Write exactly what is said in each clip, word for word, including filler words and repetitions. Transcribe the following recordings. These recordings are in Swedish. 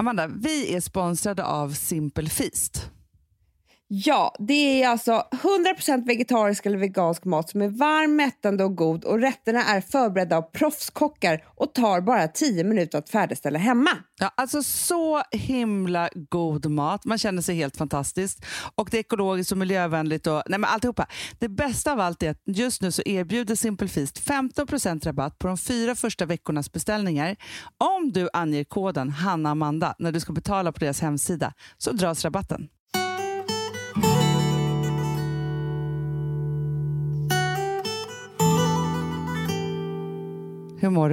Amanda, vi är sponsrade av Simple Feast. Ja, det är alltså hundra procent vegetarisk eller vegansk mat som är varm, mättande och god. Och rätterna är förberedda av proffskockar och tar bara tio minuter att färdigställa hemma. Ja, alltså så himla god mat. Man känner sig helt fantastiskt. Och det är ekologiskt och miljövänligt. Och, nej men alltihopa. Det bästa av allt är att just nu så erbjuder Simple Feast femton procent rabatt på de fyra första veckornas beställningar. Om du anger koden Hanna Amanda när du ska betala på deras hemsida så dras rabatten. Hur mår du?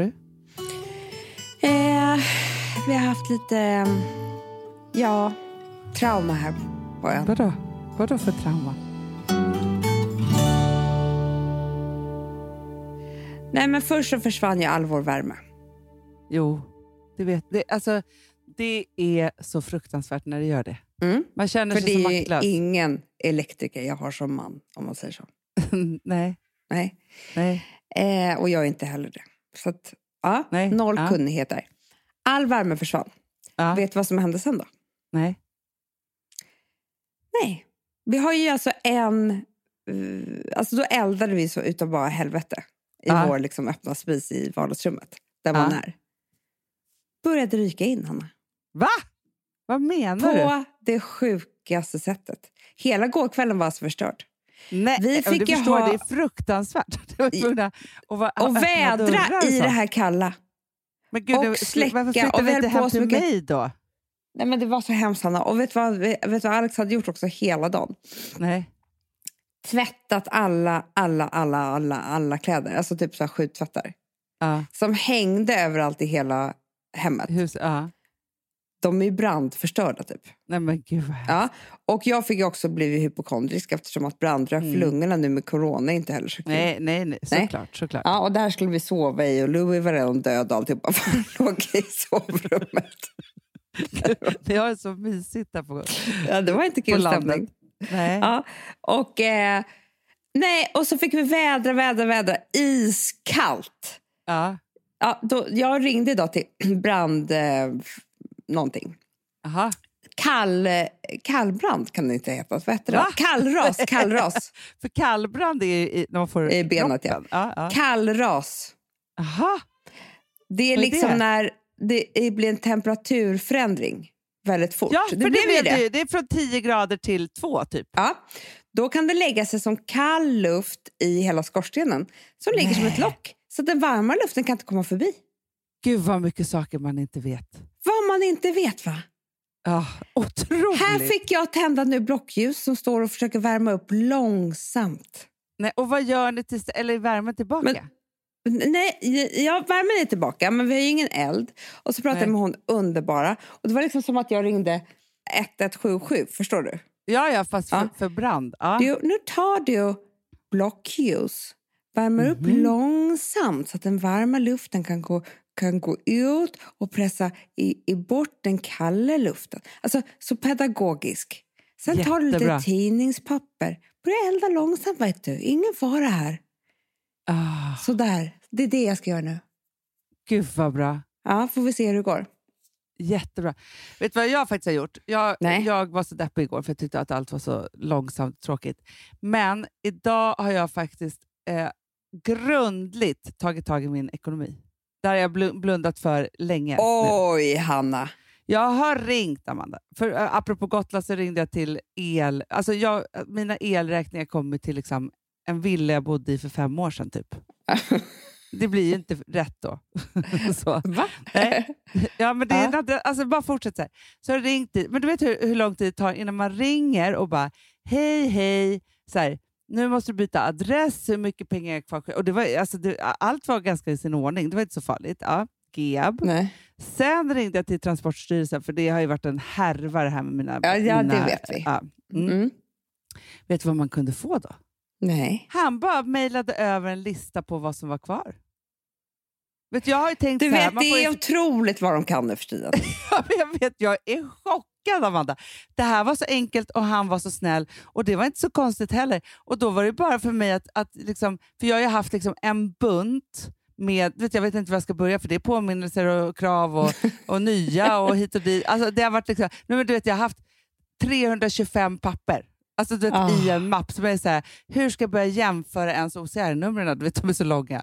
Eh, vi har haft lite, ja, trauma här på ön. Vadå? Vadå för trauma? Nej, men först så försvann ju all vår värme. Jo, det vet det. Alltså, det är så fruktansvärt när det gör det. Mm. Man känner För sig så det är maktlös. ingen elektriker jag har som man, om man säger så. Nej. Nej. Nej. Eh, och jag är inte heller det. Så att, ja, Nej. noll Ja. kunnighet där. All värme försvann. Ja. Vet du vad som hände sen då? Nej. Nej. Vi har ju alltså en... Uh, alltså då eldade vi så utav bara helvete. I Ja. vår liksom öppna spis i vardagsrummet. Där Ja. man är. Började ryka in, Hanna. Va? Vad menar du? På det sjukaste sättet. Hela gårkvällen var alltså förstörd. Nej, Vi och fick du ju förstår, ha- det är fruktansvärt. Det var tvungna att vara- Och öppna vädra dörrar och i så. det här kalla. Men gud, och du- släcka, varför flyttar och vi vi inte höll på hem så till mycket- mig då? Nej, men det var så hemskt, Hanna. Och vet du vad, vet du vad Alex hade gjort också hela dagen? Nej. Tvättat alla, alla, alla, alla, alla kläder. Alltså typ så här sju tvättar. Ja. Som hängde överallt i hela hemmet. Hus, ja. De är ju brandförstörda typ. Nej men gud vad hemskt. Ja. Och jag fick ju också blivit hypokondrisk eftersom att brandrök för lungorna nu med corona är inte heller så kul. Nej, nej, nej. Nej. Såklart, såklart. Ja, och där skulle vi sova i och Louis var redan död och alltihopa för han låg i sovrummet. Det har så mysigt där på, Ja, det var inte på kul landet. stämning. Nej. Ja, och, eh, nej, och så fick vi vädra, vädra, vädra. Iskallt. Ja. Ja, då, jag ringde idag till brand... Eh, någonting. Aha. Kall, kallbrand kan det inte heta. Vad heter det? Va? Kallras, kallras. För kallbrand är i, när man får I benet, kroppen. Ja. Ja, Kallras. Aha. Det är Vad är liksom det? när det blir en temperaturförändring väldigt fort. Ja, för det, blev ju blev det. det är från tio grader till två typ. Ja, då kan det lägga sig som kall luft i hela skorstenen som ligger som ett lock. Så att den varma luften kan inte komma förbi. Gud vad mycket saker man inte vet. Vad man inte vet, va? Ja, otroligt. Här fick jag tända nu blockljus som står och försöker värma upp långsamt. Nej, och vad gör ni tills, eller är värmen tillbaka? Men, nej, jag värmer är tillbaka, men vi har ju ingen eld. Och så pratade jag Nej. med hon underbara. Och det var liksom som att jag ringde ett ett sju sju, förstår du? Ja, ja, fast Ja. För, för brand. Ja. Du, nu tar du blockljus, värmer upp Mhm. långsamt så att den varma luften kan gå, kan gå ut och pressa i, i bort den kalla luften. Alltså så pedagogisk. Sen tar du Jättebra. lite tidningspapper. Börja elda långsamt, vet du. Ingen fara här. Ah, Så där. Det är det jag ska göra nu. gud vad bra. Ja, får vi se hur det går. Jättebra. Vet du vad jag faktiskt har gjort? Jag, Nej. jag var så deppig igår för jag tyckte att allt var så långsamt tråkigt. Men idag har jag faktiskt eh, grundligt tagit tag i min ekonomi. Där har jag bl- blundat för länge. nu. Oj, Hanna. Jag har ringt, Amanda. För uh, apropå Gotland så ringde jag till el. Alltså jag, mina elräkningar kommer till liksom en villa jag bodde i för fem år sedan typ. Det blir ju inte rätt då. så. Va? Nej. Ja, men det är Ja. inte, alltså bara fortsätt så här. Så har jag ringt dit. Men du vet hur, hur lång tid det tar innan man ringer och bara hej, hej. Så här, nu måste du byta adress, hur mycket pengar är kvar? Och det var, alltså, det, allt var ganska i sin ordning. Det var inte så farligt. Ja, Geb. Nej. Sen ringde jag till Transportstyrelsen för det har ju varit en härva det här med mina... Ja, ja, mina, det vet vi. Ja. Mm. Mm. Vet du vad man kunde få då? Nej. Han bara mejlade över en lista på vad som var kvar. Vet, jag har ju tänkt Du så här, vet, man det får ju- är otroligt vad de kan nu för tiden. Ja, men jag vet, jag är chockad, Amanda. Det här var så enkelt och han var så snäll. Och det var inte så konstigt heller. Och då var det bara för mig att, att liksom, för jag har ju haft liksom en bunt med, vet, jag vet inte var jag ska börja för det är påminnelser och krav och, och nya och hit och dit. Alltså det har varit liksom, nu men du vet jag har haft trehundratjugofem papper. Alltså du vet Oh. i en mapp som är så här, hur ska jag börja jämföra ens O C R-numren? Du vet de är så långa.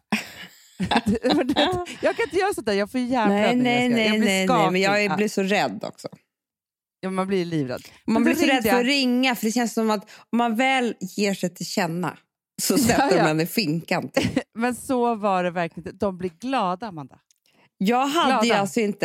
Jag kan inte göra sånt där, jag får hjärnblödning. Nej, nej, nej, jag blir nej, skakig. nej, men jag är- blir så rädd också. Ja, man blir livrädd. Man Men blir då så rädd ringde för jag- att ringa, för det känns som att om man väl ger sig till känna så sätter ja. man i finkan. Men så var det verkligen. De blir glada, Amanda. Jag hade ju Glada. alltså inte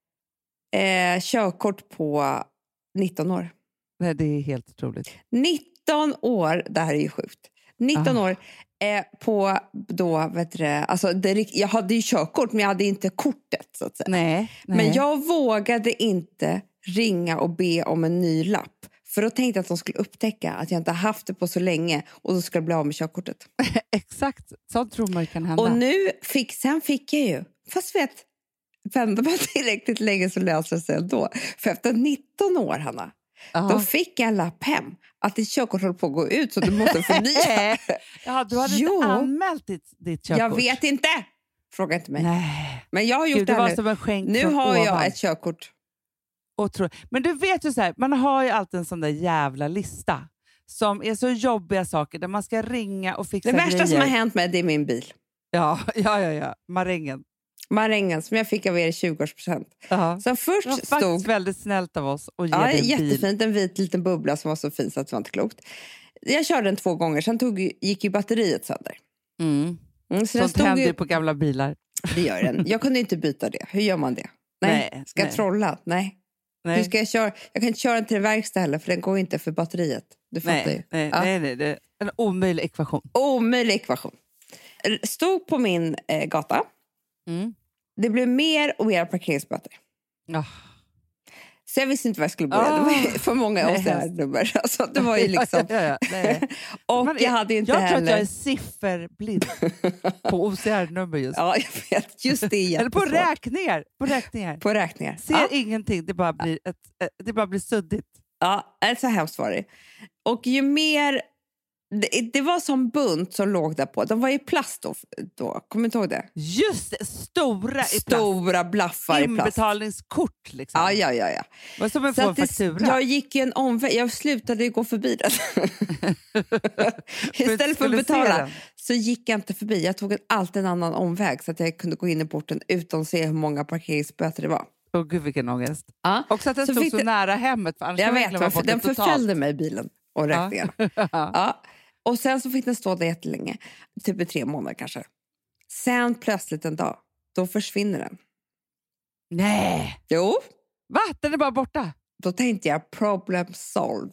eh, körkort på nitton år. Nej, det är helt otroligt. nitton år, det här är ju sjukt. nitton Ah. år eh, på då, vet du det, alltså det, jag hade ju körkort men jag hade inte kortet så att säga. Nej, nej. Men jag vågade inte ringa och be om en ny lapp. För då tänkte jag att de skulle upptäcka att jag inte haft det på så länge och då skulle jag bli av med körkortet. Exakt, sånt tror man kan hända. Och nu fick, sen fick jag ju, fast vet, vände man tillräckligt länge så löser det sig ändå. För efter nitton år, Hanna, Aha. då fick jag en lapp hem att ditt körkort håller på att gå ut så du måste förnya. Ja, du hade Jo. inte anmält ditt, ditt körkort. Jag vet inte, fråga inte mig. Nej. Men jag har gjort Gud, det det var här som nu. en skänk Nu från har ovan. jag ett körkort. Otro... Men du vet ju så här, man har ju alltid en sån där jävla lista som är så jobbiga saker där man ska ringa och fixa Det värsta grejer. som har hänt mig, det är min bil. Ja, ja, ja, ja. Marängen. Marängen som jag fick av er i tjugo-årspresent. Ja. Som först Det var stod... faktiskt väldigt snällt av oss att ge Ja, dig en bil. jättefint. En vit liten bubbla som var så fin så att det var inte klokt. Jag körde den två gånger, sen tog, ju- gick ju batteriet sönder. Mm. Mm, så den Sånt stod händer ju, ju på gamla bilar. det gör den. Jag kunde inte byta det. Hur gör man det? Nej. Nej, Ska jag nej. trolla? Nej. Nej. Hur ska jag köra? Jag kan inte köra den till verkstad heller för den går inte för batteriet. Du fattar ju. Nej, nej, Ja. nej, nej, det är en omöjlig ekvation. Omöjlig ekvation. R- Stod på min eh, gata. Mm. Det blev mer och mer parkeringsböter. Ja. Så jag visste inte var jag skulle börja. Ah. Det var ju för många Nej, O C R-nummer. Alltså, det var ju liksom... Ja, ja, ja, nej. Och Man är- jag hade inte jag heller... tror att jag är sifferblind på O C R-nummer just. Ja, jag vet. Just det är Eller på jättesvårt. räkningar. På räkningar. På räkningar. Ser Ja, ingenting, det bara blir, ett, ett, det bara blir suddigt. ja, det är så hemskt var det. Och ju mer... Det, det var som bunt som låg där på. De var i plast då. då. Kommer du inte ihåg det? Just det, stora i plast. Stora blaffar i plast. Inbetalningskort liksom. Ja, ja, ja. ja. Det var som att Så få en att det, faktura. jag gick ju en omväg. Jag slutade ju gå förbi den. Istället för att skulle se betala den. så gick jag inte förbi. Jag tog en, alltid en annan omväg så att jag kunde gå in i porten utan att se hur många parkeringsböter det var. Åh gud vilken ångest. Ja. Också att den Så stod fick så det- nära hemmet. För annars Jag kan man vet, glömma varför, bort den det totalt. förföljde mig, bilen och räkningen. Ja. Ja. Och sen så fick den stå där jättelänge. Typ i tre månader kanske. Sen plötsligt en dag, då försvinner den. Nej, Jo, va? Den är bara borta. då tänkte jag problem solved.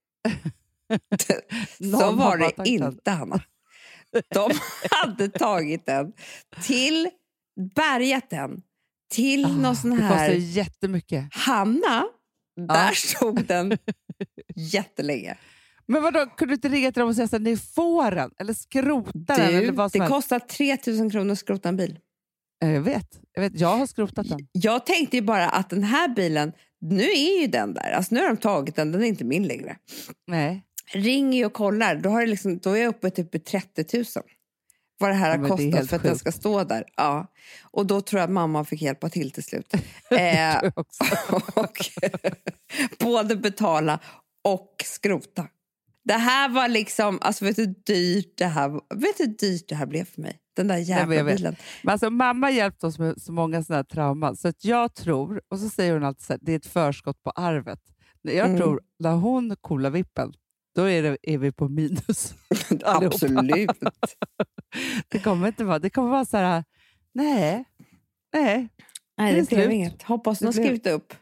Så Någon var har bara det tagit den. inte, Hanna. De hade tagit den till, bärgat den till någon sån Ah, Det kostar här... ju jättemycket. Hanna, där Ja. stod den jättelänge. Men vadå, kunde du inte ringa till dem och säga att ni får den? Eller skrota den? Eller Du, vad som det helst? kostar tre tusen kronor att skrota en bil. Jag vet. jag vet. Jag har skrotat den. Jag tänkte ju bara att den här bilen, nu är ju den där. Alltså nu har de tagit den, den är inte min längre. Nej. Ring ju och kollar, då, har det liksom, då är jag uppe typ i trettio tusen. Vad det här Ja, har men det är kostat helt för att den sjukt. ska stå där. Ja. Och då tror jag att mamma fick hjälpa till till slut. eh, Också. och både betala och skrota. Det här var liksom, alltså vet du hur dyrt det här, vet du hur dyrt det här blev för mig? Den där Nej, men jävla jag vet. bilen. Men alltså, mamma hjälpte oss med så många såna här trauman. Så att jag tror, och så säger hon alltid så här, det är ett förskott på arvet. Jag Mm. tror, när hon coolar vippen, då är, det, är vi på minus. Allihopa. Absolut. Det kommer inte vara, det kommer vara så här, nej, nej. Nej, Det är det blev slut. inget. Hoppas de Det har blev- skrivit upp.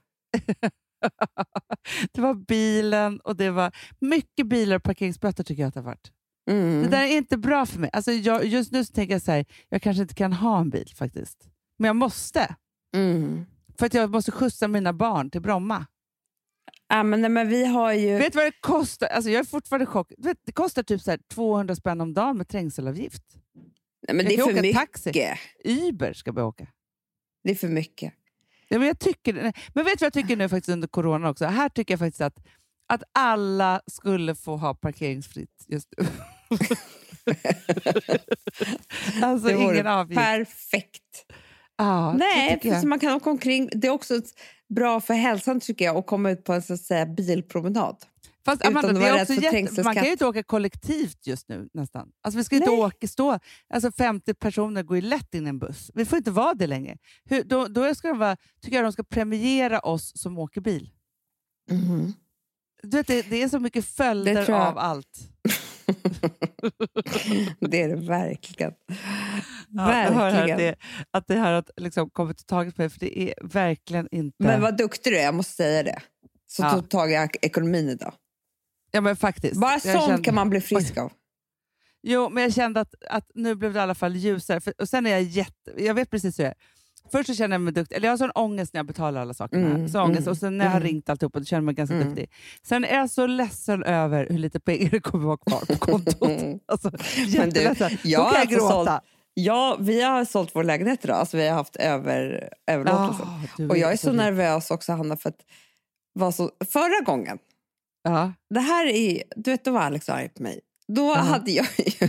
Det var bilen och det var mycket bilar och parkeringsböter tycker jag att det har varit. Mm. Det där är inte bra för mig. Alltså jag, just nu så tänker jag så här, jag kanske inte kan ha en bil faktiskt. Men jag måste. Mm. För att jag måste skjutsa mina barn till Bromma. Ja, men, nej, men vi har ju... Vet du vad det kostar? Alltså jag är fortfarande chockad. Du vet, det kostar typ så här tvåhundra spänn om dagen med trängselavgift. nej, men jag det är kan för åka mycket. taxi. Uber ska vi åka. Det är för mycket. Ja, men, jag tycker, nej. men vet du vad jag tycker nu faktiskt under corona också? Här tycker jag faktiskt att, att alla skulle få ha parkeringsfritt just nu. Alltså det ingen avgift. Perfekt. Ah, Nej, för så man kan åka omkring. Det är också bra för hälsan tycker jag att komma ut på en så att säga bilpromenad. Fast Amanda, det är också jätte... man kan ju inte åka kollektivt just nu nästan. Alltså vi ska inte Nej. åka stå. Alltså femtio personer går ju lätt in i en buss. Vi får inte vara det längre. Hur, då då ska de vara, tycker jag de ska premiera oss som åker bil. Mm. Du vet, det, det är så mycket följder jag... av allt. Det är det verkligen. Ja, verkligen. Jag hör att det, att det här har liksom kommit till taget på mig, för det är verkligen inte... Men vad duktig du är, jag måste säga det. Så ja. tog tag i ekonomin idag. Ja, men faktiskt. Bara sånt kände... kan man bli frisk av. Jo, men jag kände att, att nu blev det i alla fall ljusare. För, och sen är jag jätte... Jag vet precis hur det är. Först så känner jag mig duktig. Eller jag har sån ångest när jag betalar alla sakerna. Mm, så ångest. mm, och sen när jag har mm. ringt alltihop, och då känner jag mig ganska mm. duktig. Sen är jag så ledsen över hur lite pengar det kommer vara kvar på kontot. Alltså, jätteledsen. Jag då kan jag alltså gråta. Sålt, ja, vi har sålt vår lägenhet idag. Alltså vi har haft över, överlåtelse. Oh, och jag är så, så nervös också, Hanna, för att var så, förra gången, ja. det här är, du vet, då var Alex arg på mig. Då uh-huh. hade jag ju,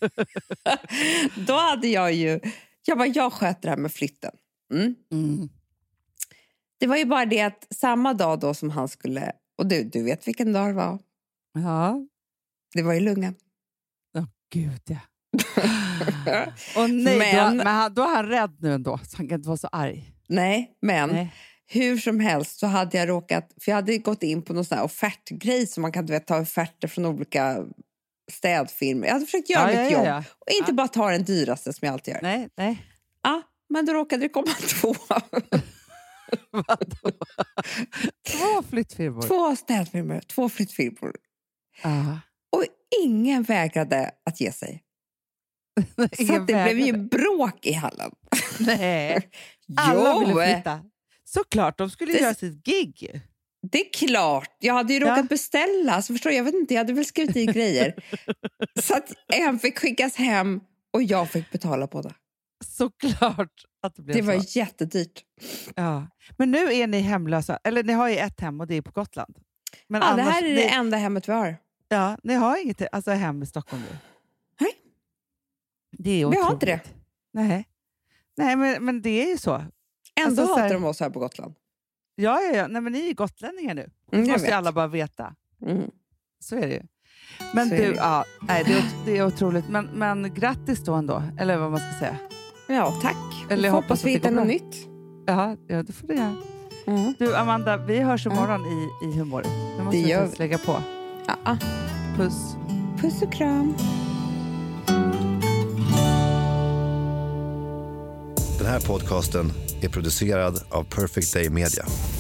då hade jag ju, jag bara, jag sköter det här med flytten. Mm. Mm. Det var ju bara det att samma dag då som han skulle, och du, du vet vilken dag det var. Ja. Det var i Lungan. Åh oh, gud, ja. Och nej, men, då, men han, då är han rädd nu ändå, så han kan inte vara så arg. Nej, men nej. Hur som helst så hade jag råkat, för jag hade gått in på någon sån här offertgrej som man kan, du vet, ta offerter från olika städfirmor. Jag hade försökt göra ja, mitt ja, jobb ja. och inte ja. bara ta den dyraste som jag alltid gör. Nej, nej. Ja, men då råkade det komma två. Två flyttfirmor. Två städfirmor, två flyttfirmor. Uh. Och ingen vägrade att ge sig. Så att det vägrade. Blev ju bråk i hallen. Nej. Alla ville flytta. Såklart, de skulle det, göra sitt gig. Det är klart. Jag hade ju råkat ja. beställa. Så förstår jag, jag vet inte, jag hade väl skrivit i grejer. Så att en fick skickas hem och jag fick betala på det. Såklart att det blev Det var så. Jättedyrt. Ja. Men nu är ni hemlösa. Eller ni har ju ett hem och det är på Gotland. Men ja, annars, det här är ni, det enda hemmet vi har. Ja, ni har inget alltså, hem i Stockholm nu. Nej. Det är vi har inte det. Nej, Nej men, men det är ju så. Ändå alltså, hatar här, de oss här på Gotland. Ja, ja, ja. Nej, men ni är gotlänningar nu. Det mm, måste ju alla bara veta. Mm. Så är det ju. Men så du, är det. Ja, nej, det, är, det är otroligt. Men, men grattis då ändå. Eller vad man ska säga. Ja, tack. Eller jag hoppas, hoppas vi hittar något nytt. Ja, ja, det får det göra. Mm. Du, Amanda, vi hörs imorgon mm. i, i humor. Nu måste det vi lägga på. Ja. Puss. Puss och kram. Den här podcasten är producerad av Perfect Day Media.